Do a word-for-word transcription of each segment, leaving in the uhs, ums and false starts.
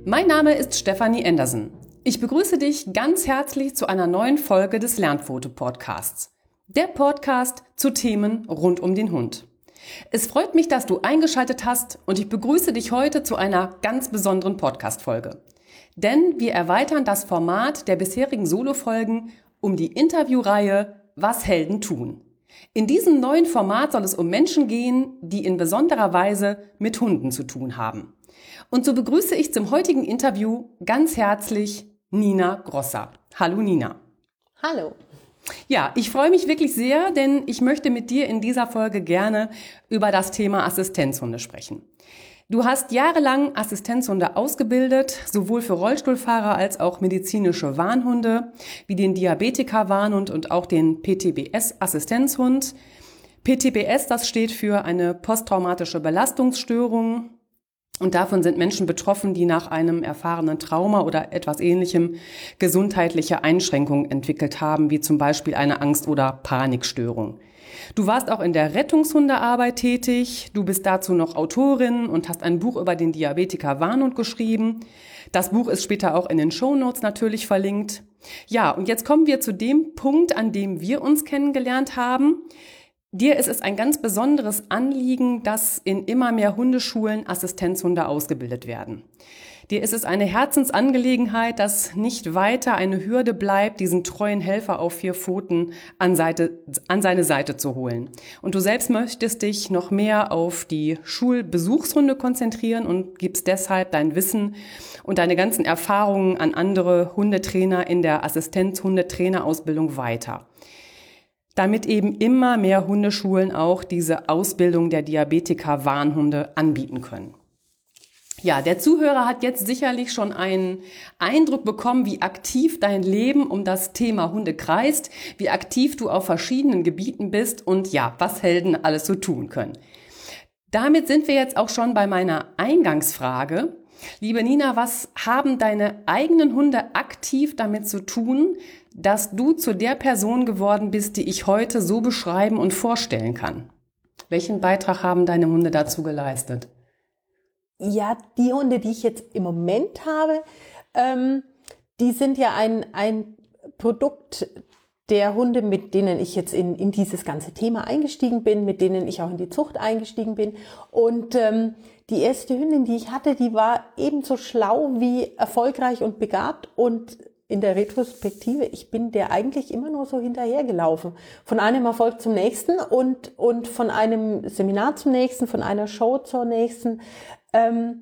Mein Name ist Stefanie Andersen. Ich begrüße dich ganz herzlich zu einer neuen Folge des Lernfoto-Podcasts. Der Podcast zu Themen rund um den Hund. Es freut mich, dass du eingeschaltet hast und ich begrüße dich heute zu einer ganz besonderen Podcast-Folge. Denn wir erweitern das Format der bisherigen Solo-Folgen um die Interviewreihe Was Helden tun. In diesem neuen Format soll es um Menschen gehen, die in besonderer Weise mit Hunden zu tun haben. Und so begrüße ich zum heutigen Interview ganz herzlich Nina Grosser. Hallo Nina. Hallo. Ja, ich freue mich wirklich sehr, denn ich möchte mit dir in dieser Folge gerne über das Thema Assistenzhunde sprechen. Du hast jahrelang Assistenzhunde ausgebildet, sowohl für Rollstuhlfahrer als auch medizinische Warnhunde, wie den Diabetiker-Warnhund und auch den P T B S-Assistenzhund. P T B S, das steht für eine posttraumatische Belastungsstörung. Und davon sind Menschen betroffen, die nach einem erfahrenen Trauma oder etwas Ähnlichem gesundheitliche Einschränkungen entwickelt haben, wie zum Beispiel eine Angst- oder Panikstörung. Du warst auch in der Rettungshundearbeit tätig. Du bist dazu noch Autorin und hast ein Buch über den Diabetiker-Warnhund geschrieben. Das Buch ist später auch in den Shownotes natürlich verlinkt. Ja, und jetzt kommen wir zu dem Punkt, an dem wir uns kennengelernt haben. Dir ist es ein ganz besonderes Anliegen, dass in immer mehr Hundeschulen Assistenzhunde ausgebildet werden. Dir ist es eine Herzensangelegenheit, dass nicht weiter eine Hürde bleibt, diesen treuen Helfer auf vier Pfoten an, Seite, an seine Seite zu holen. Und du selbst möchtest dich noch mehr auf die Schulbesuchshunde konzentrieren und gibst deshalb dein Wissen und deine ganzen Erfahrungen an andere Hundetrainer in der Assistenzhundetrainerausbildung weiter, damit eben immer mehr Hundeschulen auch diese Ausbildung der Diabetiker-Warnhunde anbieten können. Ja, der Zuhörer hat jetzt sicherlich schon einen Eindruck bekommen, wie aktiv dein Leben um das Thema Hunde kreist, wie aktiv du auf verschiedenen Gebieten bist und ja, was Helden alles so tun können. Damit sind wir jetzt auch schon bei meiner Eingangsfrage. Liebe Nina, was haben deine eigenen Hunde aktiv damit zu tun, dass du zu der Person geworden bist, die ich heute so beschreiben und vorstellen kann? Welchen Beitrag haben deine Hunde dazu geleistet? Ja, die Hunde, die ich jetzt im Moment habe, ähm, die sind ja ein, ein Produkt der Hunde, mit denen ich jetzt in, in dieses ganze Thema eingestiegen bin, mit denen ich auch in die Zucht eingestiegen bin. Und ähm, die erste Hündin, die ich hatte, die war ebenso schlau wie erfolgreich und begabt. Und in der Retrospektive, ich bin der eigentlich immer nur so hinterhergelaufen. Von einem Erfolg zum nächsten und, und von einem Seminar zum nächsten, von einer Show zur nächsten. Ähm,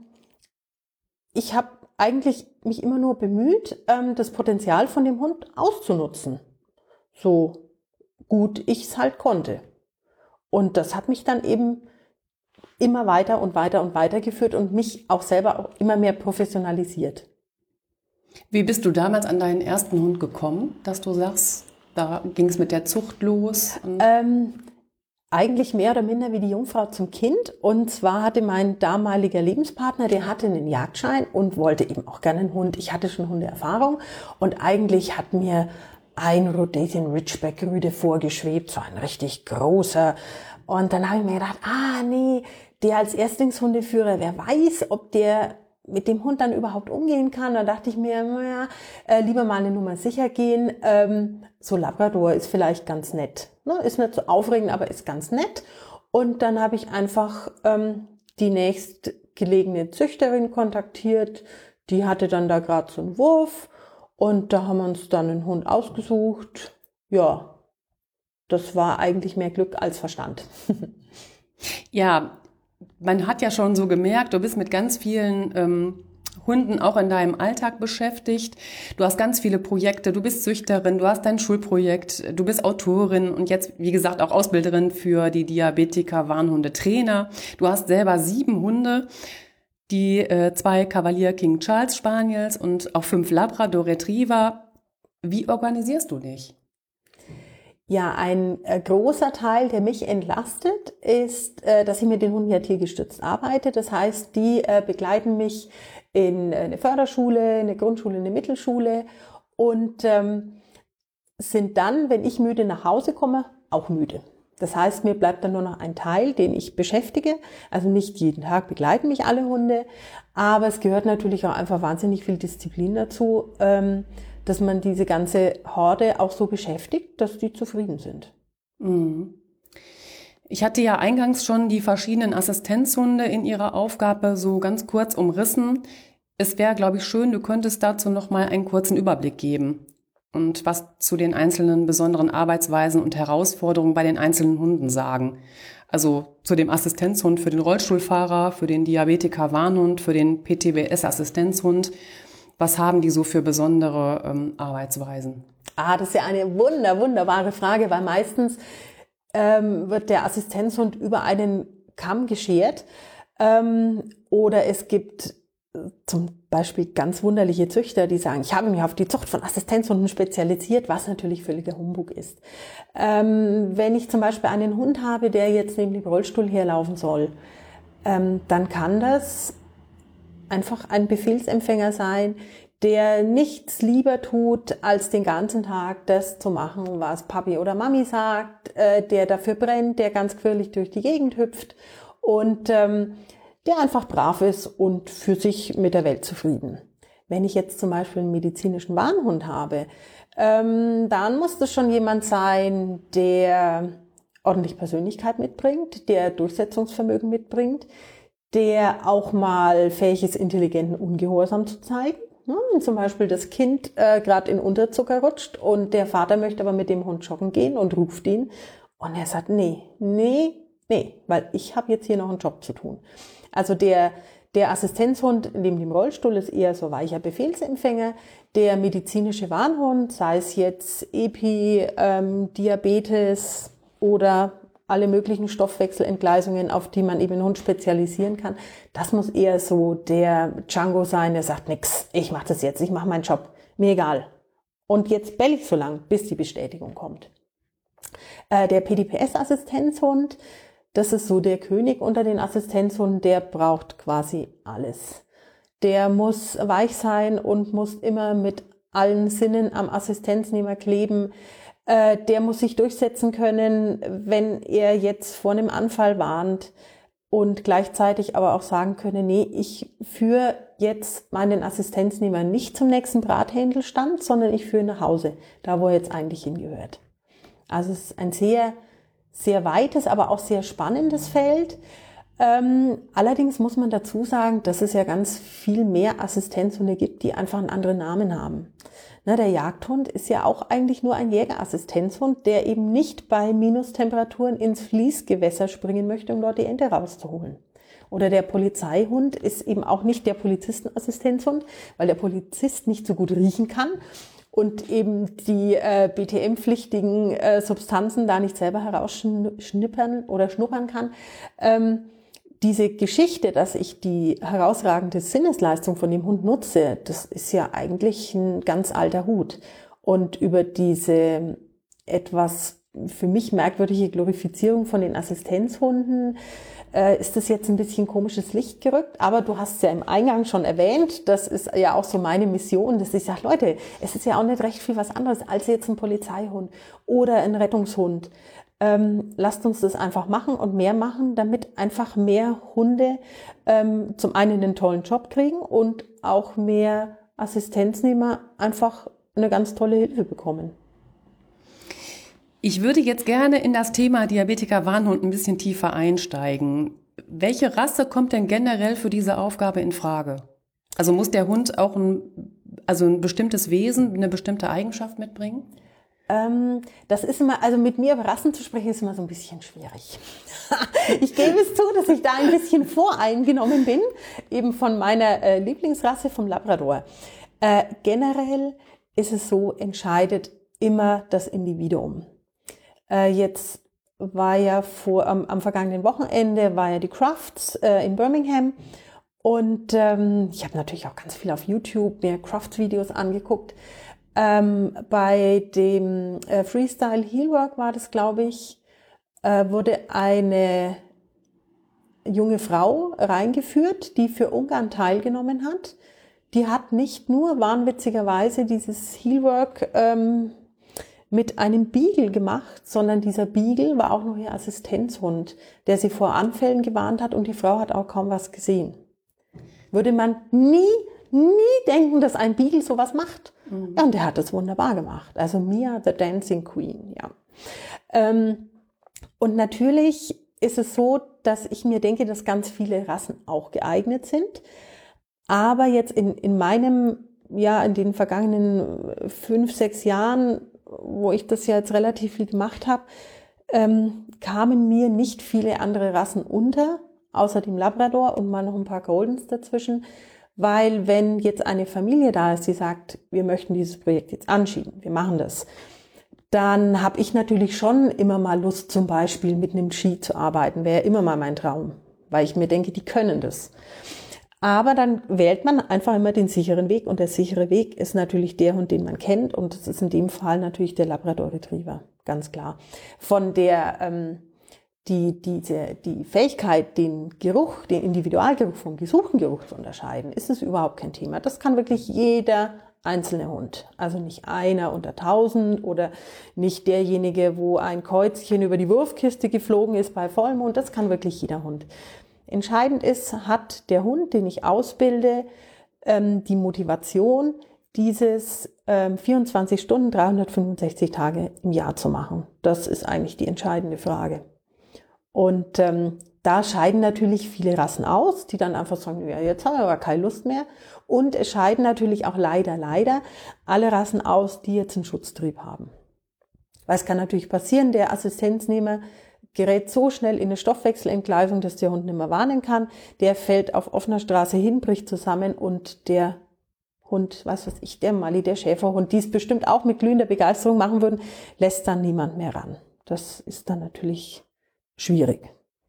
ich habe eigentlich mich immer nur bemüht, ähm, das Potenzial von dem Hund auszunutzen. So gut ich es halt konnte. Und das hat mich dann eben immer weiter und weiter und weiter geführt und mich auch selber auch immer mehr professionalisiert. Wie bist du damals an deinen ersten Hund gekommen, dass du sagst, da ging es mit der Zucht los? Ähm, eigentlich mehr oder minder wie die Jungfrau zum Kind. Und zwar hatte mein damaliger Lebenspartner, der hatte einen Jagdschein und wollte eben auch gerne einen Hund. Ich hatte schon Hundeerfahrung und eigentlich hat mir ein Rhodesian Ridgeback Rüde vorgeschwebt, so ein richtig großer. Und dann habe ich mir gedacht, ah nee, der als Erstlingshundeführer, wer weiß, ob der mit dem Hund dann überhaupt umgehen kann. Da dachte ich mir, naja, äh, lieber mal eine Nummer sicher gehen. Ähm, so Labrador ist vielleicht ganz nett. Ne? Ist nicht so aufregend, aber ist ganz nett. Und dann habe ich einfach ähm, die nächstgelegene Züchterin kontaktiert. Die hatte dann da gerade so einen Wurf. Und da haben wir uns dann einen Hund ausgesucht. Ja, das war eigentlich mehr Glück als Verstand. Ja, man hat ja schon so gemerkt, du bist mit ganz vielen ähm, Hunden auch in deinem Alltag beschäftigt. Du hast ganz viele Projekte, du bist Züchterin, du hast dein Schulprojekt, du bist Autorin und jetzt, wie gesagt, auch Ausbilderin für die Diabetiker-Warnhunde-Trainer. Du hast selber sieben Hunde, die äh, zwei Cavalier King Charles Spaniels und auch fünf Labrador Retriever. Wie organisierst du dich? Ja, ein äh, großer Teil, der mich entlastet, ist, äh, dass ich mit den Hunden ja tiergestützt arbeite. Das heißt, die äh, begleiten mich in äh, eine Förderschule, eine Grundschule, eine Mittelschule und ähm, sind dann, wenn ich müde nach Hause komme, auch müde. Das heißt, mir bleibt dann nur noch ein Teil, den ich beschäftige. Also nicht jeden Tag begleiten mich alle Hunde, aber es gehört natürlich auch einfach wahnsinnig viel Disziplin dazu, dass man diese ganze Horde auch so beschäftigt, dass die zufrieden sind. Mhm. Ich hatte ja eingangs schon die verschiedenen Assistenzhunde in ihrer Aufgabe so ganz kurz umrissen. Es wäre, glaube ich, schön, du könntest dazu noch mal einen kurzen Überblick geben und was zu den einzelnen besonderen Arbeitsweisen und Herausforderungen bei den einzelnen Hunden sagen. Also zu dem Assistenzhund für den Rollstuhlfahrer, für den Diabetiker-Warnhund, für den P T B S-Assistenzhund. Was haben die so für besondere ähm, Arbeitsweisen? Ah, das ist ja eine wunder, wunderbare Frage, weil meistens ähm, wird der Assistenzhund über einen Kamm geschert. Ähm, oder es gibt zum Beispiel ganz wunderliche Züchter, die sagen, ich habe mich auf die Zucht von Assistenzhunden spezialisiert, was natürlich völliger Humbug ist. Ähm, wenn ich zum Beispiel einen Hund habe, der jetzt neben dem Rollstuhl herlaufen soll, ähm, dann kann das einfach ein Befehlsempfänger sein, der nichts lieber tut, als den ganzen Tag das zu machen, was Papi oder Mami sagt, äh, der dafür brennt, der ganz quirlig durch die Gegend hüpft und ähm, der einfach brav ist und für sich mit der Welt zufrieden. Wenn ich jetzt zum Beispiel einen medizinischen Warnhund habe, ähm, dann muss das schon jemand sein, der ordentlich Persönlichkeit mitbringt, der Durchsetzungsvermögen mitbringt, der auch mal fähig ist, intelligenten Ungehorsam zu zeigen. Ja, wenn zum Beispiel das Kind äh, gerade in Unterzucker rutscht und der Vater möchte aber mit dem Hund joggen gehen und ruft ihn und er sagt, nee, nee, nee, weil ich habe jetzt hier noch einen Job zu tun. Also der, der Assistenzhund neben dem Rollstuhl ist eher so weicher Befehlsempfänger. Der medizinische Warnhund, sei es jetzt Epi, ähm, Diabetes oder alle möglichen Stoffwechselentgleisungen, auf die man eben einen Hund spezialisieren kann, das muss eher so der Django sein, der sagt, nix, ich mache das jetzt, ich mache meinen Job, mir egal. Und jetzt bell ich so lang, bis die Bestätigung kommt. Äh, der P D P S-Assistenzhund, das ist so der König unter den Assistenzhunden, der braucht quasi alles. Der muss weich sein und muss immer mit allen Sinnen am Assistenznehmer kleben. Äh, der muss sich durchsetzen können, wenn er jetzt vor einem Anfall warnt und gleichzeitig aber auch sagen können, nee, ich führe jetzt meinen Assistenznehmer nicht zum nächsten Brathändelstand, sondern ich führe ihn nach Hause, da wo er jetzt eigentlich hingehört. Also es ist ein sehr sehr weites, aber auch sehr spannendes Feld. Ähm, allerdings muss man dazu sagen, dass es ja ganz viel mehr Assistenzhunde gibt, die einfach einen anderen Namen haben. Na, der Jagdhund ist ja auch eigentlich nur ein Jägerassistenzhund, der eben nicht bei Minustemperaturen ins Fließgewässer springen möchte, um dort die Ente rauszuholen. Oder der Polizeihund ist eben auch nicht der Polizistenassistenzhund, weil der Polizist nicht so gut riechen kann und eben die äh, B T M-pflichtigen äh, Substanzen da nicht selber herausschnippern oder schnuppern kann. Ähm, diese Geschichte, dass ich die herausragende Sinnesleistung von dem Hund nutze, das ist ja eigentlich ein ganz alter Hut. Und über diese etwas für mich merkwürdige Glorifizierung von den Assistenzhunden äh, ist das jetzt ein bisschen komisches Licht gerückt, aber du hast es ja im Eingang schon erwähnt, das ist ja auch so meine Mission, dass ich sage, Leute, es ist ja auch nicht recht viel was anderes als jetzt ein Polizeihund oder ein Rettungshund. Ähm, lasst uns das einfach machen und mehr machen, damit einfach mehr Hunde ähm, zum einen einen tollen Job kriegen und auch mehr Assistenznehmer einfach eine ganz tolle Hilfe bekommen. Ich würde jetzt gerne in das Thema Diabetiker-Warnhund ein bisschen tiefer einsteigen. Welche Rasse kommt denn generell für diese Aufgabe in Frage? Also muss der Hund auch ein, also ein bestimmtes Wesen, eine bestimmte Eigenschaft mitbringen? Ähm, das ist immer, also mit mir über Rassen zu sprechen, ist immer so ein bisschen schwierig. Ich gebe es zu, dass ich da ein bisschen voreingenommen bin, eben von meiner äh, Lieblingsrasse, vom Labrador. Äh, generell ist es so, entscheidet immer das Individuum. Äh, jetzt war ja vor, am, am vergangenen Wochenende war ja die Crufts äh, in Birmingham und ähm, ich habe natürlich auch ganz viel auf YouTube mir Crufts-Videos angeguckt. Ähm, bei dem äh, Freestyle Heelwork war das, glaube ich, äh, wurde eine junge Frau reingeführt, die für Ungarn teilgenommen hat. Die hat nicht nur wahnwitzigerweise dieses Heelwork ähm, mit einem Beagle gemacht, sondern dieser Beagle war auch noch ihr Assistenzhund, der sie vor Anfällen gewarnt hat und die Frau hat auch kaum was gesehen. Würde man nie, nie denken, dass ein Beagle sowas macht. Mhm. Ja, und der hat das wunderbar gemacht. Also Mia, the Dancing Queen, ja. Ähm, und natürlich ist es so, dass ich mir denke, dass ganz viele Rassen auch geeignet sind. Aber jetzt in, in meinem, ja, in den vergangenen fünf, sechs Jahren, wo ich das ja jetzt relativ viel gemacht habe, ähm, kamen mir nicht viele andere Rassen unter, außer dem Labrador und mal noch ein paar Goldens dazwischen. Weil wenn jetzt eine Familie da ist, die sagt, wir möchten dieses Projekt jetzt anschieben, wir machen das, dann habe ich natürlich schon immer mal Lust, zum Beispiel mit einem Chi zu arbeiten, wäre immer mal mein Traum, weil ich mir denke, die können das. Aber dann wählt man einfach immer den sicheren Weg und der sichere Weg ist natürlich der Hund, den man kennt und das ist in dem Fall natürlich der Labrador Retriever, ganz klar. Von der ähm, die diese die Fähigkeit, den Geruch, den Individualgeruch vom gesuchten Geruch zu unterscheiden, ist es überhaupt kein Thema. Das kann wirklich jeder einzelne Hund, also nicht einer unter tausend oder nicht derjenige, wo ein Käuzchen über die Wurfkiste geflogen ist bei Vollmond. Das kann wirklich jeder Hund. Entscheidend ist, hat der Hund, den ich ausbilde, die Motivation, dieses vierundzwanzig Stunden, dreihundertfünfundsechzig Tage im Jahr zu machen. Das ist eigentlich die entscheidende Frage. Und ähm, da scheiden natürlich viele Rassen aus, die dann einfach sagen, ja, jetzt haben wir aber keine Lust mehr. Und es scheiden natürlich auch leider, leider alle Rassen aus, die jetzt einen Schutztrieb haben. Weil es kann natürlich passieren, der Assistenznehmer gerät so schnell in eine Stoffwechselentgleisung, dass der Hund nicht mehr warnen kann. Der fällt auf offener Straße hin, bricht zusammen und der Hund, was weiß ich, der Mali, der Schäferhund, die es bestimmt auch mit glühender Begeisterung machen würden, lässt dann niemand mehr ran. Das ist dann natürlich schwierig.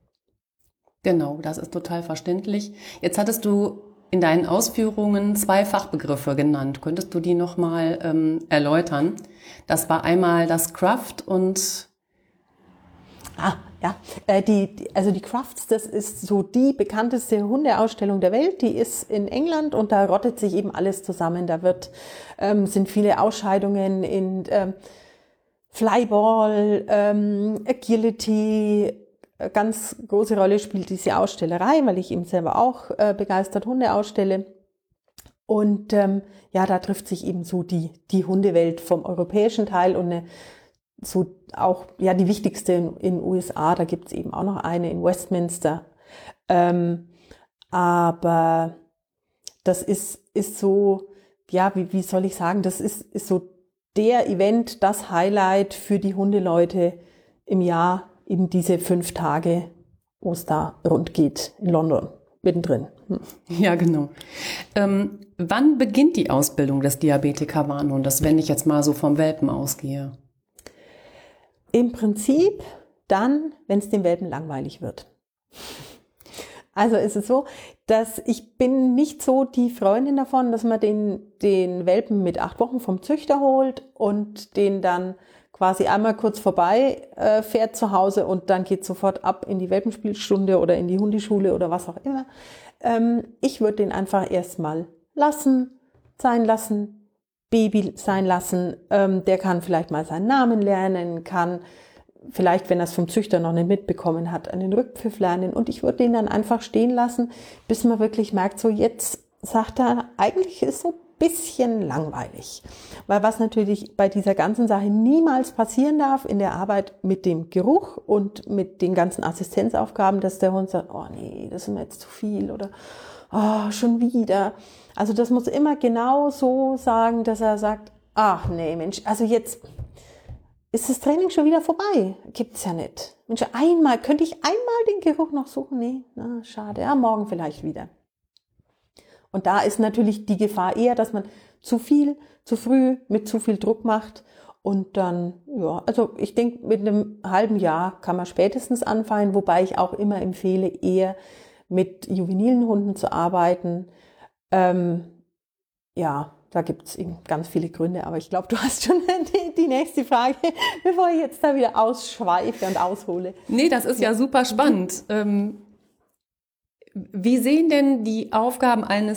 Genau, das ist total verständlich. Jetzt hattest du in deinen Ausführungen zwei Fachbegriffe genannt. Könntest du die nochmal ähm, erläutern? Das war einmal das Craft und... Ah, ja. Äh, die, die, also die Crafts, das ist so die bekannteste Hundeausstellung der Welt. Die ist in England und da rottet sich eben alles zusammen. Da wird, ähm, sind viele Ausscheidungen in ähm, Flyball, ähm, Agility. Ganz große Rolle spielt diese Ausstellerei, weil ich eben selber auch äh, begeistert Hunde ausstelle. Und ähm, ja, da trifft sich eben so die, die Hundewelt vom europäischen Teil und eine, so auch ja die wichtigste in den U S A. Da gibt es eben auch noch eine in Westminster. Ähm, aber das ist, ist so, ja, wie, wie soll ich sagen, das ist, ist so der Event, das Highlight für die Hundeleute im Jahr, eben diese fünf Tage, wo es da rund geht in London, mittendrin. Hm. Ja, genau. Ähm, wann beginnt die Ausbildung des Diabetiker-Warnhundes, wenn ich jetzt mal so vom Welpen ausgehe? Im Prinzip dann, wenn es dem Welpen langweilig wird. Also ist es so, dass ich bin nicht so die Freundin davon, dass man den, den Welpen mit acht Wochen vom Züchter holt und den dann quasi einmal kurz vorbei äh, fährt zu Hause und dann geht sofort ab in die Welpenspielstunde oder in die Hundeschule oder was auch immer. Ähm, ich würde den einfach erstmal lassen, sein lassen, Baby sein lassen. Ähm, der kann vielleicht mal seinen Namen lernen, kann vielleicht, wenn er es vom Züchter noch nicht mitbekommen hat, einen Rückpfiff lernen. Und ich würde den dann einfach stehen lassen, bis man wirklich merkt, so jetzt sagt er, eigentlich ist so ein bisschen langweilig. Weil was natürlich bei dieser ganzen Sache niemals passieren darf in der Arbeit mit dem Geruch und mit den ganzen Assistenzaufgaben, dass der Hund sagt, oh nee, das ist mir jetzt zu viel oder oh, schon wieder. Also das muss immer genau so sagen, dass er sagt, ach nee, Mensch, also jetzt ist das Training schon wieder vorbei. Gibt's ja nicht. Mensch, einmal, könnte ich einmal den Geruch noch suchen? Nee, na, schade. Ja, morgen vielleicht wieder. Und da ist natürlich die Gefahr eher, dass man zu viel, zu früh mit zu viel Druck macht. Und dann, ja, also ich denke, mit einem halben Jahr kann man spätestens anfangen, wobei ich auch immer empfehle, eher mit juvenilen Hunden zu arbeiten. Ähm, ja, da gibt es eben ganz viele Gründe, aber ich glaube, du hast schon die, die nächste Frage, bevor ich jetzt da wieder ausschweife und aushole. Nee, das ist ja, ja super spannend. Ähm, wie sehen denn die Aufgaben eines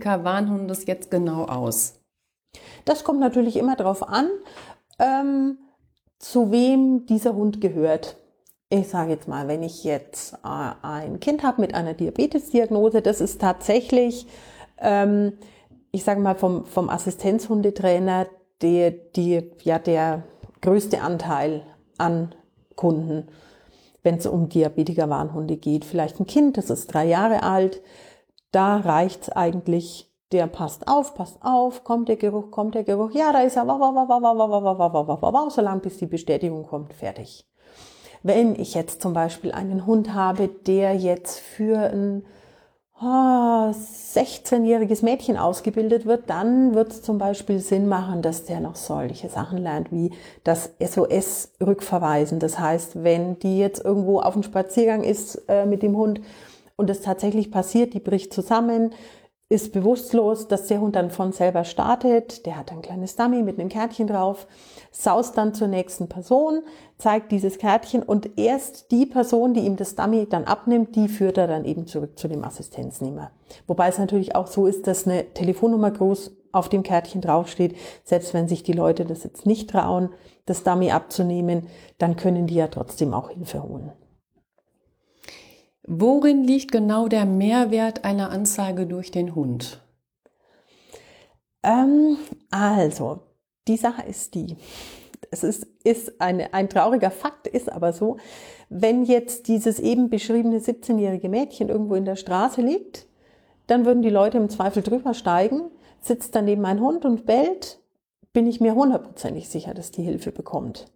Diabetiker-Warnhundes jetzt genau aus? Das kommt natürlich immer darauf an, ähm, zu wem dieser Hund gehört. Ich sage jetzt mal, wenn ich jetzt äh, ein Kind habe mit einer Diabetesdiagnose, das ist tatsächlich, ähm, ich sage mal vom, vom Assistenzhundetrainer der, die, ja, der größte Anteil an Kunden, wenn es um Diabetiker-Warnhunde geht. Vielleicht ein Kind, das ist drei Jahre alt, da reicht es eigentlich, der passt auf, passt auf, kommt der Geruch, kommt der Geruch, ja, da ist er, wow, wow, wow, wow, wow, wow, wow, wow, wow, wow, wow, so lange bis die Bestätigung kommt, fertig. Wenn ich jetzt zum Beispiel einen Hund habe, der jetzt für ein oh, sechzehnjähriges Mädchen ausgebildet wird, dann wird es zum Beispiel Sinn machen, dass der noch solche Sachen lernt, wie das S O S rückverweisen. Das heißt, wenn die jetzt irgendwo auf dem Spaziergang ist äh, mit dem Hund und es tatsächlich passiert, die bricht zusammen, ist bewusstlos, dass der Hund dann von selber startet, der hat ein kleines Dummy mit einem Kärtchen drauf, saust dann zur nächsten Person, zeigt dieses Kärtchen und erst die Person, die ihm das Dummy dann abnimmt, die führt er dann eben zurück zu dem Assistenznehmer. Wobei es natürlich auch so ist, dass eine Telefonnummer groß auf dem Kärtchen draufsteht. Selbst wenn sich die Leute das jetzt nicht trauen, das Dummy abzunehmen, dann können die ja trotzdem auch Hilfe holen. Worin liegt genau der Mehrwert einer Anzeige durch den Hund? Ähm, also, die Sache ist die, es ist, ist eine, ein trauriger Fakt, ist aber so, wenn jetzt dieses eben beschriebene siebzehnjährige Mädchen irgendwo in der Straße liegt, dann würden die Leute im Zweifel drüber steigen, sitzt daneben ein Hund und bellt, bin ich mir hundertprozentig sicher, dass die Hilfe bekommt.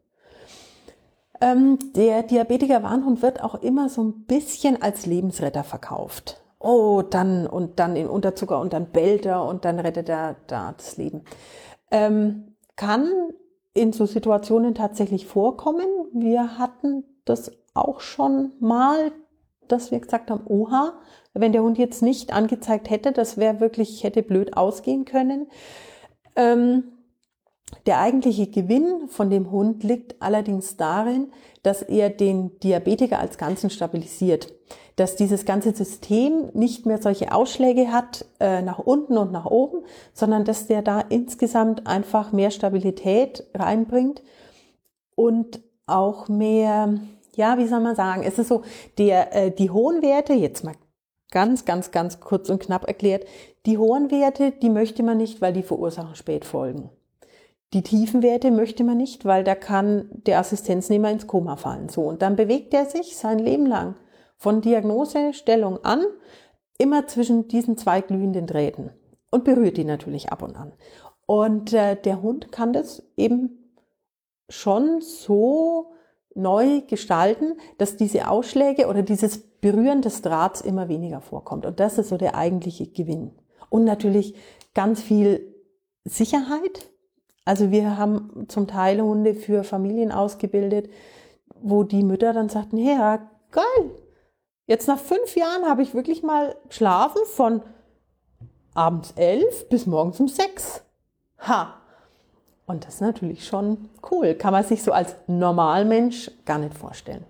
Ähm, der Diabetiker-Warnhund wird auch immer so ein bisschen als Lebensretter verkauft. Oh, dann und dann in Unterzucker und dann bellt er und dann rettet er da das Leben. Ähm, kann in so Situationen tatsächlich vorkommen. Wir hatten das auch schon mal, dass wir gesagt haben, oha, wenn der Hund jetzt nicht angezeigt hätte, das wäre wirklich, hätte blöd ausgehen können. Ähm, Der eigentliche Gewinn von dem Hund liegt allerdings darin, dass er den Diabetiker als Ganzen stabilisiert. Dass dieses ganze System nicht mehr solche Ausschläge hat äh, nach unten und nach oben, sondern dass der da insgesamt einfach mehr Stabilität reinbringt und auch mehr, ja, wie soll man sagen, es ist so, der, äh, die hohen Werte, jetzt mal ganz, ganz, ganz kurz und knapp erklärt, die hohen Werte, die möchte man nicht, weil die verursachen Spätfolgen. Die tiefen Werte möchte man nicht, weil da kann der Assistenznehmer ins Koma fallen. So, und dann bewegt er sich sein Leben lang von Diagnosestellung an immer zwischen diesen zwei glühenden Drähten und berührt die natürlich ab und an. Und äh, der Hund kann das eben schon so neu gestalten, dass diese Ausschläge oder dieses Berühren des Drahts immer weniger vorkommt. Und das ist so der eigentliche Gewinn. Und natürlich ganz viel Sicherheit. Also wir haben zum Teil Hunde für Familien ausgebildet, wo die Mütter dann sagten, ja, geil, jetzt nach fünf Jahren habe ich wirklich mal geschlafen von abends elf bis morgens um sechs. Ha! Und das ist natürlich schon cool. Kann man sich so als Normalmensch gar nicht vorstellen.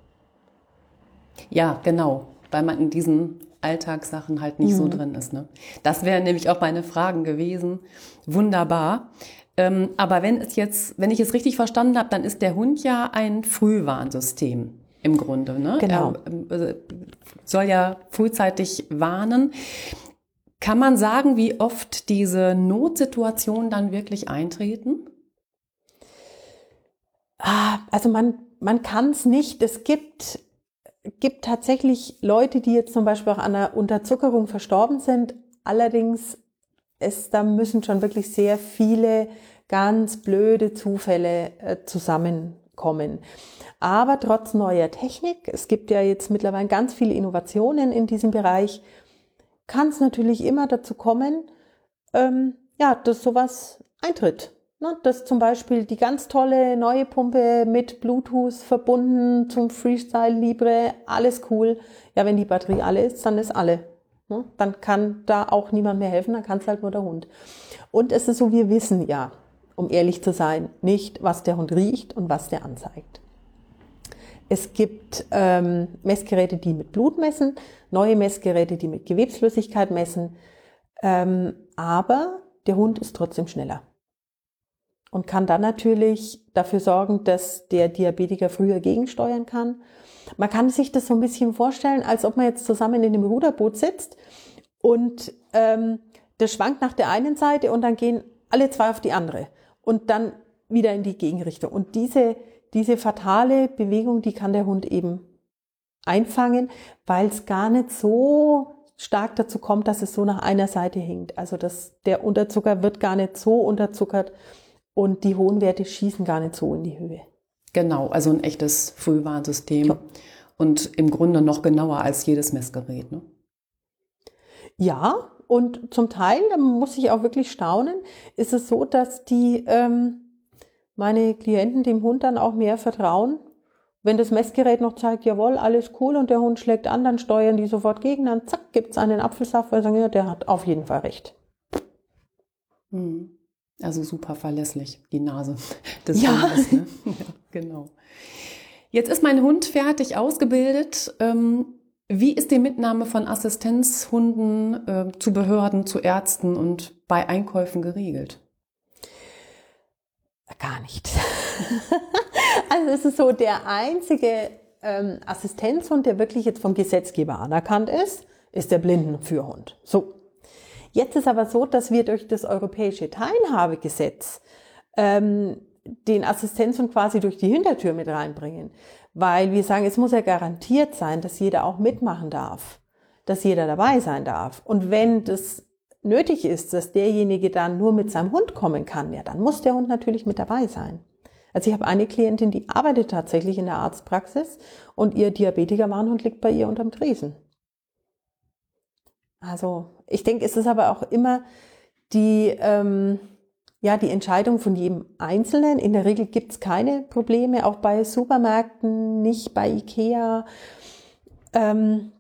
Ja, genau, weil man in diesen Alltagssachen halt nicht mhm. so drin ist. Ne? Das wären nämlich auch meine Fragen gewesen. Wunderbar. Ähm, aber wenn es jetzt, wenn ich es richtig verstanden habe, dann ist der Hund ja ein Frühwarnsystem im Grunde. Ne? Genau. Er äh, soll ja frühzeitig warnen. Kann man sagen, wie oft diese Notsituationen dann wirklich eintreten? Ah, also man, man kann es nicht. Es gibt, gibt tatsächlich Leute, die jetzt zum Beispiel auch an einer Unterzuckerung verstorben sind. Allerdings Es, da müssen schon wirklich sehr viele ganz blöde Zufälle äh, zusammenkommen. Aber trotz neuer Technik, es gibt ja jetzt mittlerweile ganz viele Innovationen in diesem Bereich, kann es natürlich immer dazu kommen, ähm, ja, dass sowas eintritt. Ne? Dass zum Beispiel die ganz tolle neue Pumpe mit Bluetooth verbunden zum Freestyle Libre, alles cool. Ja, wenn die Batterie alle ist, dann ist alle. Dann kann da auch niemand mehr helfen, dann kann es halt nur der Hund. Und es ist so, wir wissen ja, um ehrlich zu sein, nicht, was der Hund riecht und was der anzeigt. Es gibt ähm, Messgeräte, die mit Blut messen, neue Messgeräte, die mit Gewebsflüssigkeit messen, ähm, aber der Hund ist trotzdem schneller. und kann dann natürlich dafür sorgen, dass der Diabetiker früher gegensteuern kann. Man kann sich das so ein bisschen vorstellen, als ob man jetzt zusammen in einem Ruderboot sitzt und ähm, das schwankt nach der einen Seite und dann gehen alle zwei auf die andere und dann wieder in die Gegenrichtung. Und diese, diese fatale Bewegung, die kann der Hund eben einfangen, weil es gar nicht so stark dazu kommt, dass es so nach einer Seite hinkt. Also das, der Unterzucker wird gar nicht so unterzuckert und die hohen Werte schießen gar nicht so in die Höhe. Genau, also ein echtes Frühwarnsystem Ja. Und im Grunde noch genauer als jedes Messgerät, ne? Ja, und zum Teil, da muss ich auch wirklich staunen, ist es so, dass die ähm, meine Klienten dem Hund dann auch mehr vertrauen. Wenn das Messgerät noch zeigt, jawohl, alles cool und der Hund schlägt an, dann steuern die sofort gegen, dann zack, gibt es einen Apfelsaft, weil sie sagen, ja, der hat auf jeden Fall recht. Also super verlässlich, die Nase des Ja. Hundes, ne? Ja, genau. Jetzt ist mein Hund fertig ausgebildet. Ähm, wie ist die Mitnahme von Assistenzhunden äh, zu Behörden, zu Ärzten und bei Einkäufen geregelt? Gar nicht. Also es ist so, der einzige ähm, Assistenzhund, der wirklich jetzt vom Gesetzgeber anerkannt ist, ist der Blindenführhund. So. Jetzt ist aber so, dass wir durch das europäische Teilhabegesetz ähm, den Assistenzhund quasi durch die Hintertür mit reinbringen. Weil wir sagen, es muss ja garantiert sein, dass jeder auch mitmachen darf, dass jeder dabei sein darf. Und wenn das nötig ist, dass derjenige dann nur mit seinem Hund kommen kann, ja, dann muss der Hund natürlich mit dabei sein. Also ich habe eine Klientin, die arbeitet tatsächlich in der Arztpraxis und ihr Diabetiker-Warnhund liegt bei ihr unterm Tresen. Also ich denke, es ist aber auch immer die, ähm, ja, die Entscheidung von jedem Einzelnen. In der Regel gibt es keine Probleme, auch bei Supermärkten, nicht bei Ikea. Ähm,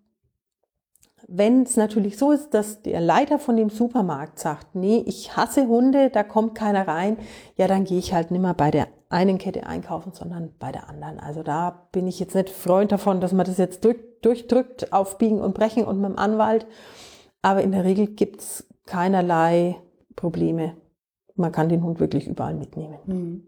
Wenn es natürlich so ist, dass der Leiter von dem Supermarkt sagt, nee, ich hasse Hunde, da kommt keiner rein, ja, dann gehe ich halt nicht mehr bei der einen Kette einkaufen, sondern bei der anderen. Also da bin ich jetzt nicht Freund davon, dass man das jetzt durch, durchdrückt auf Biegen und Brechen und mit dem Anwalt. Aber in der Regel gibt es keinerlei Probleme. Man kann den Hund wirklich überall mitnehmen. Hm.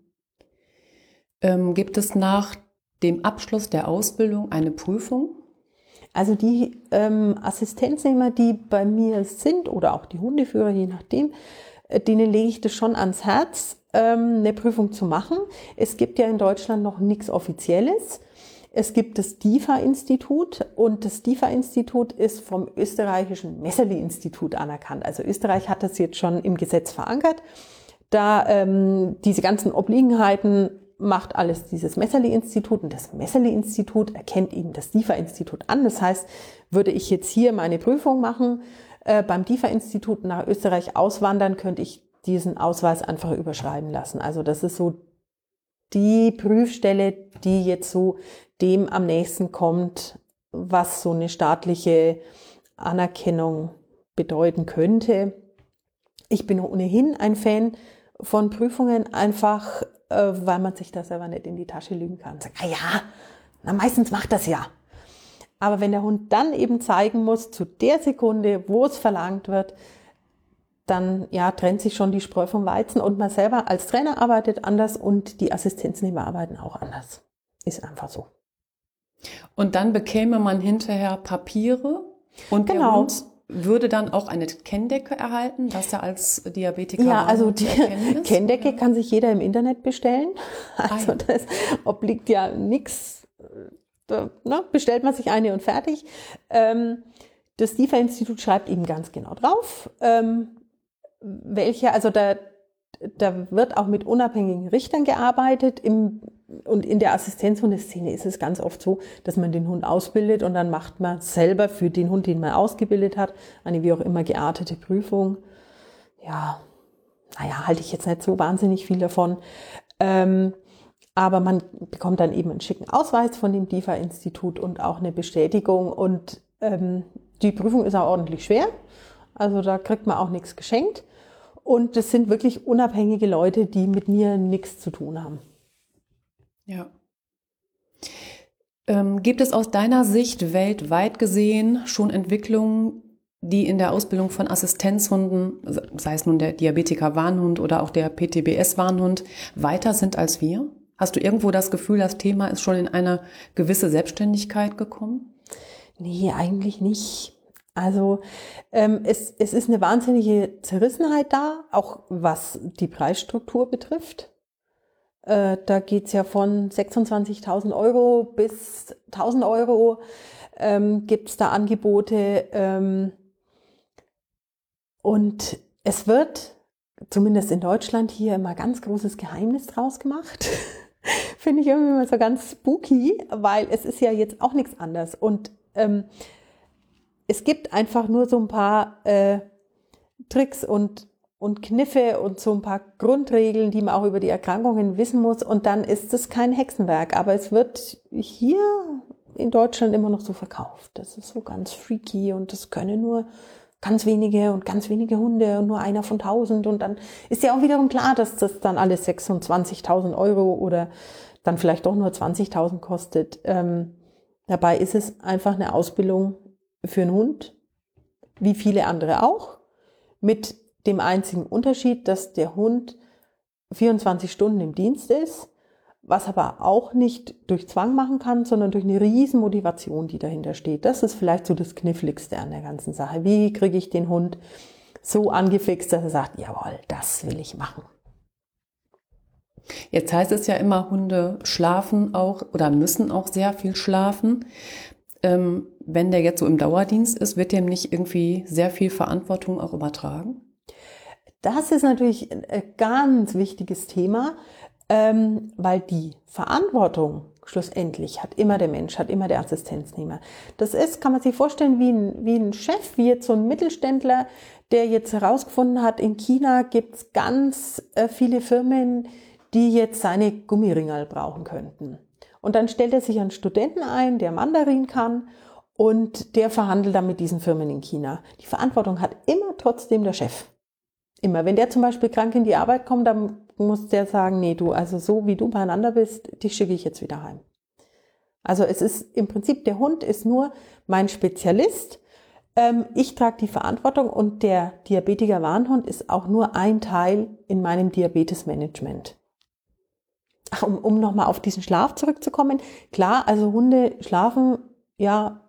Ähm, gibt es nach dem Abschluss der Ausbildung eine Prüfung? Also die ähm, Assistenznehmer, die bei mir sind oder auch die Hundeführer, je nachdem, äh, denen lege ich das schon ans Herz, ähm, eine Prüfung zu machen. Es gibt ja in Deutschland noch nichts Offizielles. Es gibt das D I F A-Institut und das D I F A-Institut ist vom österreichischen Messerli-Institut anerkannt. Also Österreich hat das jetzt schon im Gesetz verankert. Da ähm, diese ganzen Obliegenheiten macht alles dieses Messerli-Institut und das Messerli-Institut erkennt eben das D I F A-Institut an. Das heißt, würde ich jetzt hier meine Prüfung machen, äh, beim D I F A-Institut nach Österreich auswandern, könnte ich diesen Ausweis einfach überschreiben lassen. Also das ist so die Prüfstelle, die jetzt so dem am nächsten kommt, was so eine staatliche Anerkennung bedeuten könnte. Ich bin ohnehin ein Fan von Prüfungen, einfach äh, weil man sich da selber nicht in die Tasche lügen kann. Sagt, ah ja, na meistens macht das ja. Aber wenn der Hund dann eben zeigen muss, zu der Sekunde, wo es verlangt wird, dann ja, trennt sich schon die Spreu vom Weizen und man selber als Trainer arbeitet anders und die Assistenznehmer arbeiten auch anders. Ist einfach so. Und dann bekäme man hinterher Papiere und der Genau. Hund würde dann auch eine Kenndecke erhalten, dass er als Diabetiker Ja, also Warnhund die zu erkennen ist? Kenndecke kann sich jeder im Internet bestellen. Also Ah, ja. das obliegt ja nichts. Da, ne, bestellt man sich eine und fertig. Ähm, das D I F A-Institut schreibt eben ganz genau drauf, ähm, welche, also da, da wird auch mit unabhängigen Richtern gearbeitet. Im, und in der Assistenzhundeszene ist es ganz oft so, dass man den Hund ausbildet und dann macht man selber für den Hund, den man ausgebildet hat, eine wie auch immer geartete Prüfung. Ja, naja, halte ich jetzt nicht so wahnsinnig viel davon. Ähm, aber man bekommt dann eben einen schicken Ausweis von dem D I F A-Institut und auch eine Bestätigung. Und ähm, die Prüfung ist auch ordentlich schwer. Also da kriegt man auch nichts geschenkt. Und das sind wirklich unabhängige Leute, die mit mir nichts zu tun haben. Ja. Ähm, gibt es aus deiner Sicht weltweit gesehen schon Entwicklungen, die in der Ausbildung von Assistenzhunden, sei es nun der Diabetiker-Warnhund oder auch der P T B S-Warnhund, weiter sind als wir? Hast du irgendwo das Gefühl, das Thema ist schon in eine gewisse Selbstständigkeit gekommen? Nee, eigentlich nicht. Also ähm, es, es ist eine wahnsinnige Zerrissenheit da, auch was die Preisstruktur betrifft. Äh, da geht's ja von sechsundzwanzigtausend Euro bis tausend Euro ähm, gibt's da Angebote. Ähm, und es wird, zumindest in Deutschland, hier immer ganz großes Geheimnis draus gemacht. Finde ich irgendwie immer so ganz spooky, weil es ist ja jetzt auch nichts anderes. Und ähm, es gibt einfach nur so ein paar äh, Tricks und, und Kniffe und so ein paar Grundregeln, die man auch über die Erkrankungen wissen muss. Und dann ist es kein Hexenwerk. Aber es wird hier in Deutschland immer noch so verkauft. Das ist so ganz freaky und das können nur ganz wenige und ganz wenige Hunde und nur einer von tausend. Und dann ist ja auch wiederum klar, dass das dann alles sechsundzwanzigtausend Euro oder dann vielleicht doch nur zwanzigtausend kostet. Ähm, dabei ist es einfach eine Ausbildung für einen Hund, wie viele andere auch, mit dem einzigen Unterschied, dass der Hund vierundzwanzig Stunden im Dienst ist, was aber auch nicht durch Zwang machen kann, sondern durch eine riesen Motivation, die dahinter steht. Das ist vielleicht so das Kniffligste an der ganzen Sache. Wie kriege ich den Hund so angefixt, dass er sagt, jawohl, das will ich machen. Jetzt heißt es ja immer, Hunde schlafen auch oder müssen auch sehr viel schlafen. Ähm, wenn der jetzt so im Dauerdienst ist, wird dem nicht irgendwie sehr viel Verantwortung auch übertragen? Das ist natürlich ein ganz wichtiges Thema, ähm, weil die Verantwortung schlussendlich hat immer der Mensch, hat immer der Assistenznehmer. Das ist, kann man sich vorstellen, wie ein, wie ein Chef, wie jetzt so ein Mittelständler, der jetzt herausgefunden hat, in China gibt es ganz äh, viele Firmen, die jetzt seine Gummiringerl brauchen könnten. Und dann stellt er sich einen Studenten ein, der Mandarin kann und der verhandelt dann mit diesen Firmen in China. Die Verantwortung hat immer trotzdem der Chef. Immer. Wenn der zum Beispiel krank in die Arbeit kommt, dann muss der sagen, nee, du, also so wie du beieinander bist, dich schicke ich jetzt wieder heim. Also es ist im Prinzip, der Hund ist nur mein Spezialist. Ähm, ich trage die Verantwortung und der Diabetiker-Warnhund ist auch nur ein Teil in meinem Diabetesmanagement. Ach, um, um nochmal auf diesen Schlaf zurückzukommen. Klar, also Hunde schlafen ja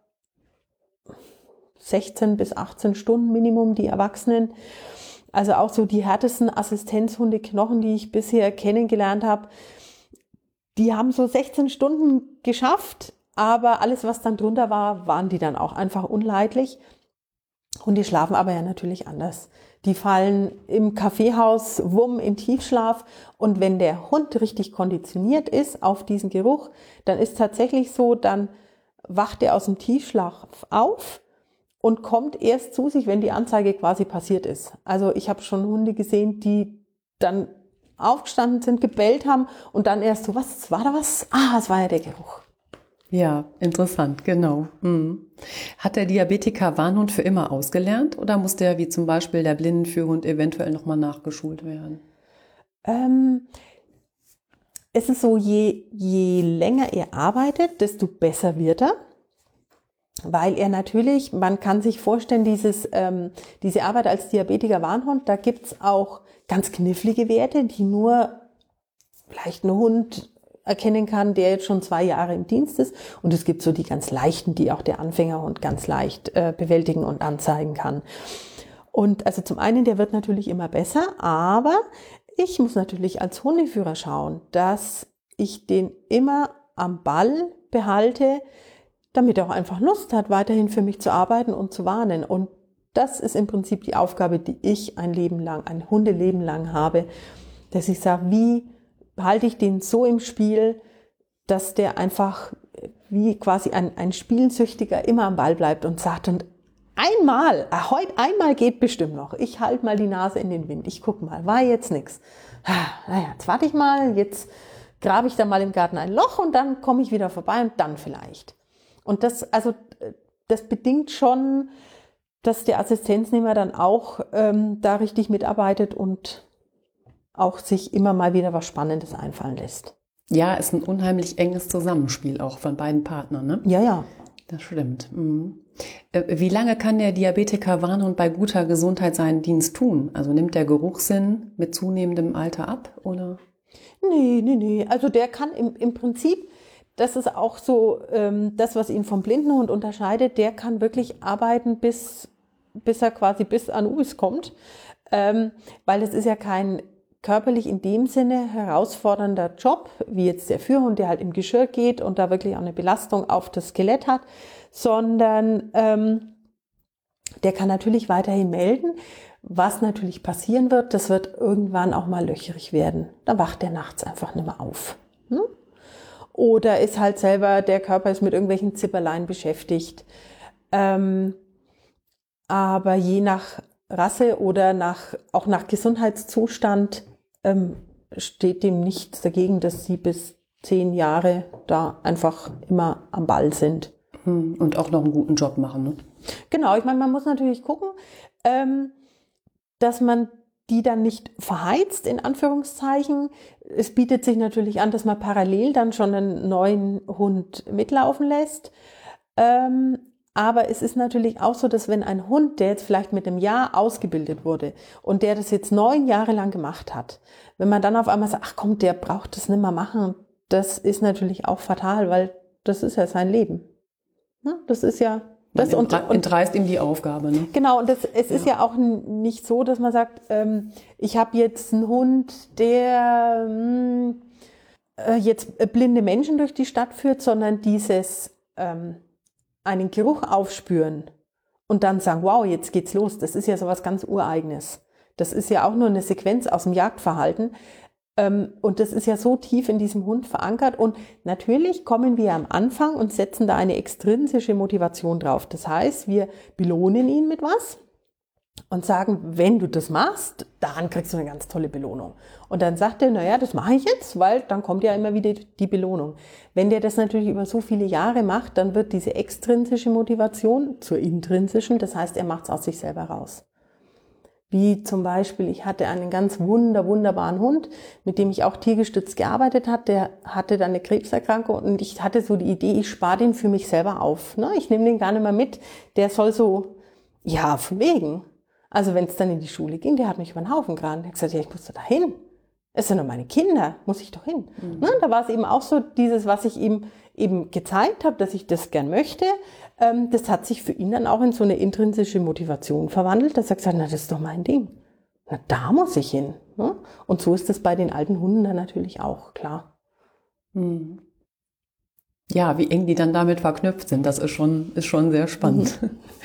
sechzehn bis achtzehn Stunden Minimum, die Erwachsenen. Also auch so die härtesten Assistenzhundeknochen, die ich bisher kennengelernt habe, die haben so sechzehn Stunden geschafft, aber alles, was dann drunter war, waren die dann auch einfach unleidlich. Und die schlafen aber ja natürlich anders. Die fallen im Kaffeehaus, wumm, in Tiefschlaf. Und wenn der Hund richtig konditioniert ist auf diesen Geruch, dann ist tatsächlich so, dann wacht er aus dem Tiefschlaf auf und kommt erst zu sich, wenn die Anzeige quasi passiert ist. Also ich habe schon Hunde gesehen, die dann aufgestanden sind, gebellt haben und dann erst so, was, war da was? Ah, es war ja der Geruch. Ja, interessant, genau. Hm. Hat der Diabetiker-Warnhund für immer ausgelernt oder muss der, wie zum Beispiel der Blindenführhund, eventuell nochmal nachgeschult werden? Ähm, es ist so, je, je länger er arbeitet, desto besser wird er. Weil er natürlich, man kann sich vorstellen, dieses, ähm, diese Arbeit als Diabetiker-Warnhund, da gibt's auch ganz knifflige Werte, die nur vielleicht ein Hund erkennen kann, der jetzt schon zwei Jahre im Dienst ist. Und es gibt so die ganz leichten, die auch der Anfängerhund ganz leicht äh, bewältigen und anzeigen kann. Und also zum einen, der wird natürlich immer besser, aber ich muss natürlich als Hundeführer schauen, dass ich den immer am Ball behalte, damit er auch einfach Lust hat, weiterhin für mich zu arbeiten und zu warnen. Und das ist im Prinzip die Aufgabe, die ich ein Leben lang, ein Hundeleben lang habe, dass ich sage, wie halte ich den so im Spiel, dass der einfach wie quasi ein, ein Spielsüchtiger immer am Ball bleibt und sagt, und einmal, heute einmal geht bestimmt noch, ich halte mal die Nase in den Wind, ich gucke mal, war jetzt nichts. Naja, jetzt warte ich mal, jetzt grabe ich da mal im Garten ein Loch und dann komme ich wieder vorbei und dann vielleicht. Und das, also, das bedingt schon, dass der Assistenznehmer dann auch ähm, da richtig mitarbeitet und auch sich immer mal wieder was Spannendes einfallen lässt. Ja, ist ein unheimlich enges Zusammenspiel auch von beiden Partnern, ne? Ja, ja. Das stimmt. Mhm. Wie lange kann der Diabetiker-Warnhund bei guter Gesundheit seinen Dienst tun? Also nimmt der Geruchssinn mit zunehmendem Alter ab, oder? Nee, nee, nee. Also der kann im, im Prinzip, das ist auch so ähm, das, was ihn vom Blindenhund unterscheidet, der kann wirklich arbeiten, bis, bis er quasi bis Anubis kommt. Ähm, weil es ist ja kein körperlich in dem Sinne herausfordernder Job, wie jetzt der Führhund, der halt im Geschirr geht und da wirklich auch eine Belastung auf das Skelett hat, sondern ähm, der kann natürlich weiterhin melden. Was natürlich passieren wird, das wird irgendwann auch mal löcherig werden. Da wacht der nachts einfach nicht mehr auf. Hm? Oder ist halt selber, der Körper ist mit irgendwelchen Zipperlein beschäftigt. Ähm, aber je nach Rasse oder nach, auch nach Gesundheitszustand ähm, steht dem nichts dagegen, dass sie bis zehn Jahre da einfach immer am Ball sind. Und auch noch einen guten Job machen, ne? Genau, ich meine, man muss natürlich gucken, ähm, dass man die dann nicht verheizt, in Anführungszeichen. Es bietet sich natürlich an, dass man parallel dann schon einen neuen Hund mitlaufen lässt. Ähm, aber es ist natürlich auch so, dass wenn ein Hund, der jetzt vielleicht mit einem Jahr ausgebildet wurde und der das jetzt neun Jahre lang gemacht hat, wenn man dann auf einmal sagt, ach komm, der braucht das nicht mehr machen, das ist natürlich auch fatal, weil das ist ja sein Leben. Ne? Das ist ja... Das und, und entreißt ihm die Aufgabe. Ne? Genau, und das, es ja. ist ja auch n- nicht so, dass man sagt, ähm, ich habe jetzt einen Hund, der mh, äh, jetzt blinde Menschen durch die Stadt führt, sondern dieses ähm, einen Geruch aufspüren und dann sagen, wow, jetzt geht's los. Das ist ja sowas ganz Ureigenes. Das ist ja auch nur eine Sequenz aus dem Jagdverhalten. Ähm, und das ist ja so tief in diesem Hund verankert. Und natürlich kommen wir am Anfang und setzen da eine extrinsische Motivation drauf. Das heißt, wir belohnen ihn mit was und sagen, wenn du das machst, dann kriegst du eine ganz tolle Belohnung. Und dann sagt er, naja, das mache ich jetzt, weil dann kommt ja immer wieder die Belohnung. Wenn der das natürlich über so viele Jahre macht, dann wird diese extrinsische Motivation zur intrinsischen. Das heißt, er macht es aus sich selber raus. Wie zum Beispiel, ich hatte einen ganz wunder, wunderbaren Hund, mit dem ich auch tiergestützt gearbeitet habe. Der hatte dann eine Krebserkrankung und ich hatte so die Idee, ich spare den für mich selber auf. Ne? Ich nehme den gar nicht mehr mit. Der soll so, ja, von wegen. Also wenn es dann in die Schule ging, der hat mich über den Haufen gerannt. Er hat gesagt, ja, ich muss da hin. Es sind doch meine Kinder, muss ich doch hin. Mhm. Ne? Da war es eben auch so dieses, was ich ihm eben gezeigt habe, dass ich das gern möchte. Das hat sich für ihn dann auch in so eine intrinsische Motivation verwandelt, dass er gesagt hat, na, das ist doch mein Ding. Na, da muss ich hin. Und so ist es bei den alten Hunden dann natürlich auch, klar. Ja, wie eng die dann damit verknüpft sind, das ist schon, ist schon sehr spannend. Mhm.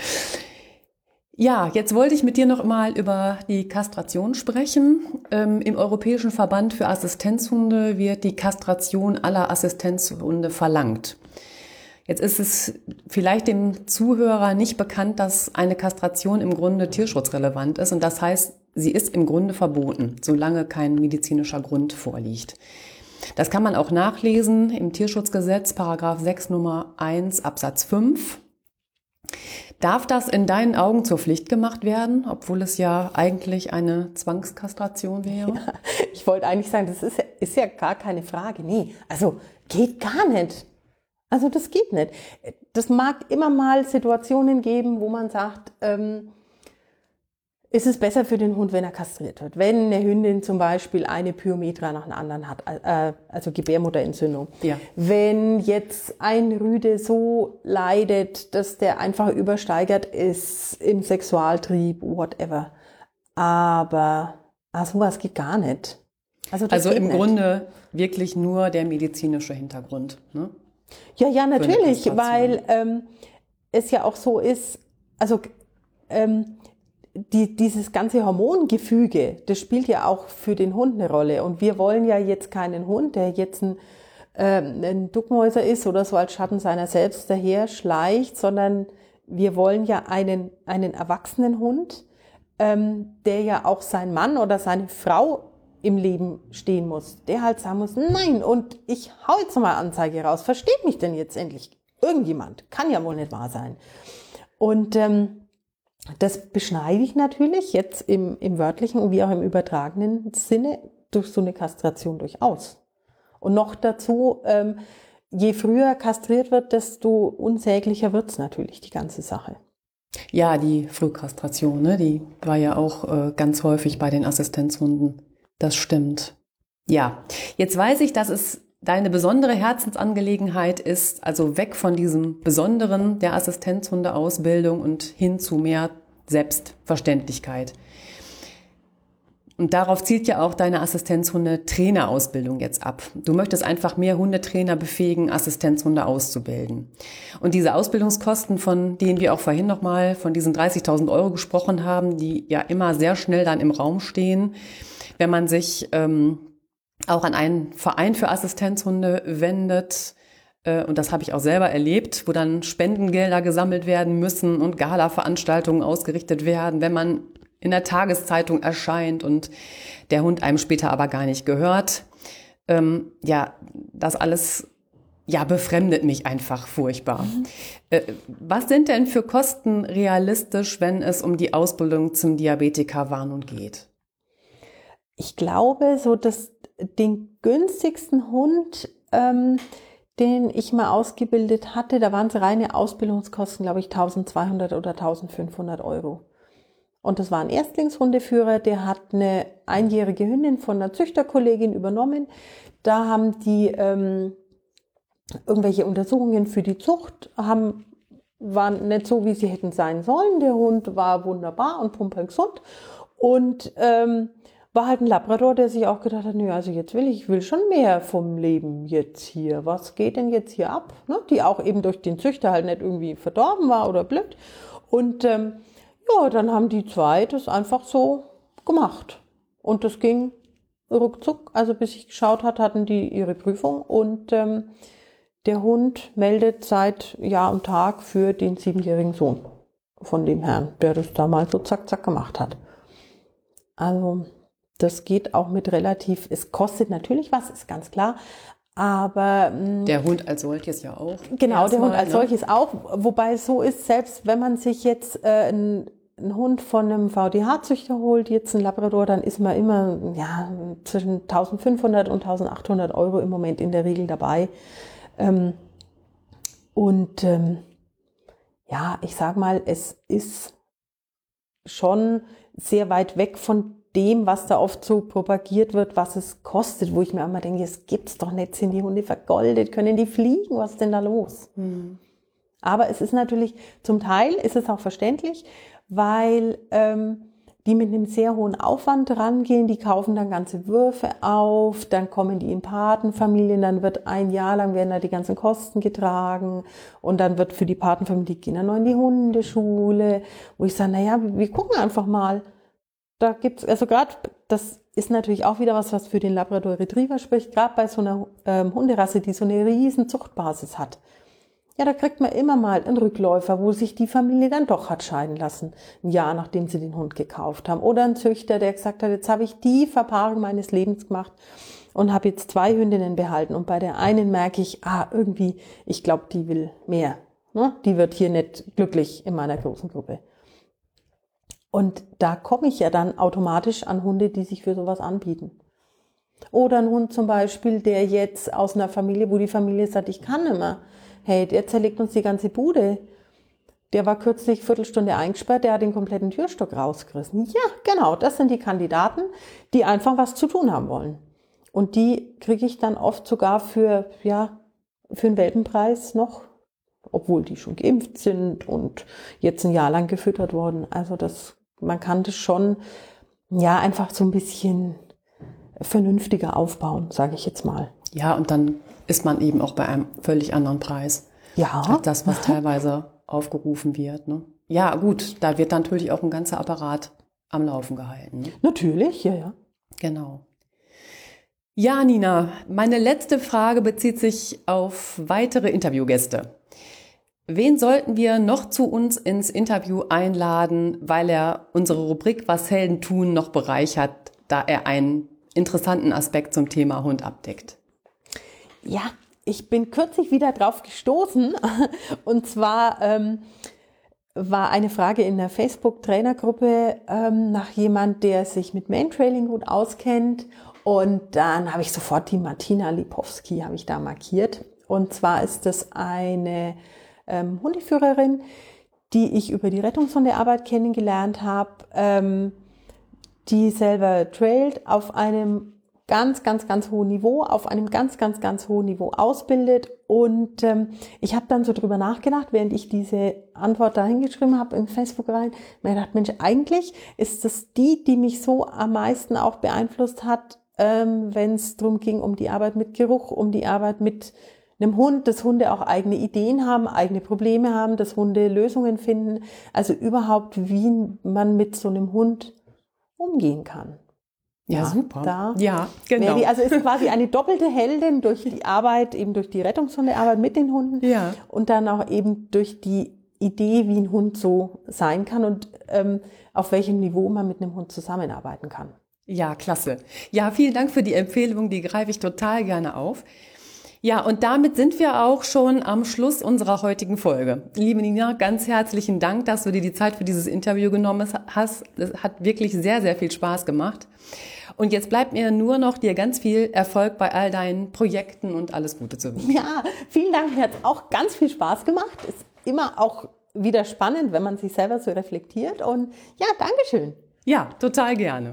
Ja, jetzt wollte ich mit dir noch mal über die Kastration sprechen. Ähm, Im Europäischen Verband für Assistenzhunde wird die Kastration aller Assistenzhunde verlangt. Jetzt ist es vielleicht dem Zuhörer nicht bekannt, dass eine Kastration im Grunde tierschutzrelevant ist und das heißt, sie ist im Grunde verboten, solange kein medizinischer Grund vorliegt. Das kann man auch nachlesen im Tierschutzgesetz, Paragraph sechs Nummer eins Absatz fünf. Darf das in deinen Augen zur Pflicht gemacht werden, obwohl es ja eigentlich eine Zwangskastration wäre? Ja, ich wollte eigentlich sagen, das ist, ist ja gar keine Frage. Nee, also geht gar nicht. Also das geht nicht. Das mag immer mal Situationen geben, wo man sagt, ähm, ist es besser für den Hund, wenn er kastriert wird. Wenn eine Hündin zum Beispiel eine Pyometra nach einer anderen hat, äh, also Gebärmutterentzündung. Ja. Wenn jetzt ein Rüde so leidet, dass der einfach übersteigert ist im Sexualtrieb, whatever. Aber ah, sowas geht gar nicht. Also, das also im nicht. Grunde wirklich nur der medizinische Hintergrund, ne? Ja, ja, natürlich, weil ähm, es ja auch so ist, also ähm, die, dieses ganze Hormongefüge, das spielt ja auch für den Hund eine Rolle. Und wir wollen ja jetzt keinen Hund, der jetzt ein, ähm, ein Duckmäuser ist oder so als Schatten seiner selbst daher schleicht, sondern wir wollen ja einen, einen erwachsenen Hund, ähm, der ja auch sein Mann oder seine Frau im Leben stehen muss, der halt sagen muss, nein, und ich hau jetzt mal Anzeige raus, versteht mich denn jetzt endlich irgendjemand? Kann ja wohl nicht wahr sein. Und ähm, das beschneide ich natürlich jetzt im, im wörtlichen wie auch im übertragenen Sinne durch so eine Kastration durchaus. Und noch dazu ähm, je früher kastriert wird, desto unsäglicher wird es natürlich, die ganze Sache. Ja, die Frühkastration, ne, die war ja auch äh, ganz häufig bei den Assistenzhunden. Das stimmt. Ja, jetzt weiß ich, dass es deine besondere Herzensangelegenheit ist, also weg von diesem Besonderen der Assistenzhundeausbildung und hin zu mehr Selbstverständlichkeit. Und darauf zielt ja auch deine Assistenzhunde-Trainerausbildung jetzt ab. Du möchtest einfach mehr Hundetrainer befähigen, Assistenzhunde auszubilden. Und diese Ausbildungskosten, von denen wir auch vorhin nochmal von diesen dreißigtausend Euro gesprochen haben, die ja immer sehr schnell dann im Raum stehen, wenn man sich ähm, auch an einen Verein für Assistenzhunde wendet, äh, und das habe ich auch selber erlebt, wo dann Spendengelder gesammelt werden müssen und Gala-Veranstaltungen ausgerichtet werden, wenn man in der Tageszeitung erscheint und der Hund einem später aber gar nicht gehört. Ähm, ja, das alles ja, befremdet mich einfach furchtbar. Mhm. Äh, was sind denn für Kosten realistisch, wenn es um die Ausbildung zum Diabetiker-Warnhund geht? Ich glaube, so dass den günstigsten Hund, ähm, den ich mal ausgebildet hatte, da waren es reine Ausbildungskosten, glaube ich, eintausendzweihundert oder eintausendfünfhundert Euro. Und das war ein Erstlingshundeführer, der hat eine einjährige Hündin von einer Züchterkollegin übernommen. Da haben die ähm, irgendwelche Untersuchungen für die Zucht, haben, waren nicht so, wie sie hätten sein sollen. Der Hund war wunderbar und pumperlgesund und ähm, war halt ein Labrador, der sich auch gedacht hat, nö, also jetzt will ich, ich will schon mehr vom Leben jetzt hier. Was geht denn jetzt hier ab? Ne? Die auch eben durch den Züchter halt nicht irgendwie verdorben war oder blöd. Und ähm, ja, dann haben die zwei das einfach so gemacht. Und das ging ruckzuck. Also bis ich geschaut hat, hatten die ihre Prüfung. Und ähm, der Hund meldet seit Jahr und Tag für den siebenjährigen Sohn von dem Herrn, der das damals so zack, zack gemacht hat. Also das geht auch mit relativ, es kostet natürlich was, ist ganz klar. Aber der Hund als solches ja auch. Genau, der Hund als ne? solches auch. Wobei es so ist, selbst wenn man sich jetzt äh, ein, ein Hund von einem V D H-Züchter holt, jetzt ein Labrador, dann ist man immer ja, zwischen eintausendfünfhundert und eintausendachthundert Euro im Moment in der Regel dabei. Ähm, und ähm, ja, ich sag mal, es ist schon sehr weit weg von dem, was da oft so propagiert wird, was es kostet, wo ich mir immer denke, es gibt's doch nicht, sind die Hunde vergoldet, können die fliegen, was ist denn da los? Mhm. Aber es ist natürlich, zum Teil ist es auch verständlich, weil ähm, die mit einem sehr hohen Aufwand rangehen, die kaufen dann ganze Würfe auf, dann kommen die in Patenfamilien, dann wird ein Jahr lang werden da die ganzen Kosten getragen und dann wird für die Patenfamilie, die gehen dann noch in die Hundeschule, wo ich sage, naja, wir gucken einfach mal. Da gibt's, also gerade, das ist natürlich auch wieder was, was für den Labrador Retriever spricht, gerade bei so einer ähm, Hunderasse, die so eine riesen Zuchtbasis hat. Ja, da kriegt man immer mal einen Rückläufer, wo sich die Familie dann doch hat scheiden lassen, ein Jahr nachdem sie den Hund gekauft haben. Oder ein Züchter, der gesagt hat, jetzt habe ich die Verpaarung meines Lebens gemacht und habe jetzt zwei Hündinnen behalten. Und bei der einen merke ich, ah, irgendwie, ich glaube, die will mehr. Ne? Die wird hier nicht glücklich in meiner großen Gruppe. Und da komme ich ja dann automatisch an Hunde, die sich für sowas anbieten. Oder ein Hund zum Beispiel, der jetzt aus einer Familie, wo die Familie sagt, ich kann nicht mehr. Hey, der zerlegt uns die ganze Bude. Der war kürzlich Viertelstunde eingesperrt, der hat den kompletten Türstock rausgerissen. Ja, genau, das sind die Kandidaten, die einfach was zu tun haben wollen. Und die kriege ich dann oft sogar für, ja, für einen Welpenpreis noch, obwohl die schon geimpft sind und jetzt ein Jahr lang gefüttert wurden. Also das man kann das schon, ja, einfach so ein bisschen vernünftiger aufbauen, sage ich jetzt mal. Ja, und dann ist man eben auch bei einem völlig anderen Preis. Ja. Als das, was teilweise aufgerufen wird. Ne? Ja, gut, da wird dann natürlich auch ein ganzer Apparat am Laufen gehalten. Ne? Natürlich, ja, ja. Genau. Ja, Nina, meine letzte Frage bezieht sich auf weitere Interviewgäste. Wen sollten wir noch zu uns ins Interview einladen, weil er unsere Rubrik Was Helden tun noch bereichert, da er einen interessanten Aspekt zum Thema Hund abdeckt? Ja, ich bin kürzlich wieder drauf gestoßen und zwar ähm, war eine Frage in der Facebook-Trainergruppe ähm, nach jemand, der sich mit Mantrailing gut auskennt und dann habe ich sofort die Martina Lipowski habe ich da markiert. Und zwar ist das eine ähm, Hundeführerin, die ich über die Rettungshundearbeit kennengelernt habe, ähm, die selber trailt, auf einem ganz, ganz, ganz hohen Niveau, auf einem ganz, ganz, ganz hohen Niveau ausbildet. Und ähm, ich habe dann so drüber nachgedacht, während ich diese Antwort da hingeschrieben habe in Facebook rein, mir gedacht, Mensch, eigentlich ist das die, die mich so am meisten auch beeinflusst hat, ähm, wenn es darum ging, um die Arbeit mit Geruch, um die Arbeit mit einem Hund, dass Hunde auch eigene Ideen haben, eigene Probleme haben, dass Hunde Lösungen finden. Also überhaupt, wie man mit so einem Hund umgehen kann. Ja, ja, super. Da ja, genau. Die, also ist quasi eine doppelte Heldin durch die Arbeit, eben durch die Rettungshundearbeit mit den Hunden ja. und dann auch eben durch die Idee, wie ein Hund so sein kann und ähm, auf welchem Niveau man mit einem Hund zusammenarbeiten kann. Ja, klasse. Ja, vielen Dank für die Empfehlung, die greife ich total gerne auf. Ja, und damit sind wir auch schon am Schluss unserer heutigen Folge. Liebe Nina, ganz herzlichen Dank, dass du dir die Zeit für dieses Interview genommen hast. Das hat wirklich sehr, sehr viel Spaß gemacht. Und jetzt bleibt mir nur noch dir ganz viel Erfolg bei all deinen Projekten und alles Gute zu wünschen. Ja, vielen Dank. Mir hat es auch ganz viel Spaß gemacht. Ist immer auch wieder spannend, wenn man sich selber so reflektiert. Und ja, Dankeschön. Ja, total gerne.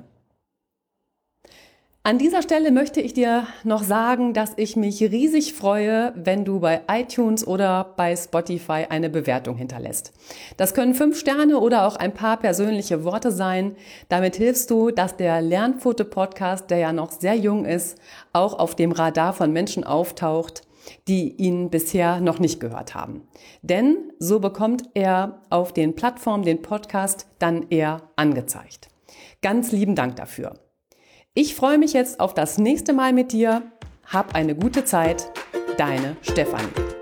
An dieser Stelle möchte ich dir noch sagen, dass ich mich riesig freue, wenn du bei iTunes oder bei Spotify eine Bewertung hinterlässt. Das können fünf Sterne oder auch ein paar persönliche Worte sein. Damit hilfst du, dass der Lernpfote-Podcast, der ja noch sehr jung ist, auch auf dem Radar von Menschen auftaucht, die ihn bisher noch nicht gehört haben. Denn so bekommt er auf den Plattformen den Podcast dann eher angezeigt. Ganz lieben Dank dafür. Ich freue mich jetzt auf das nächste Mal mit dir. Hab eine gute Zeit. Deine Stefanie.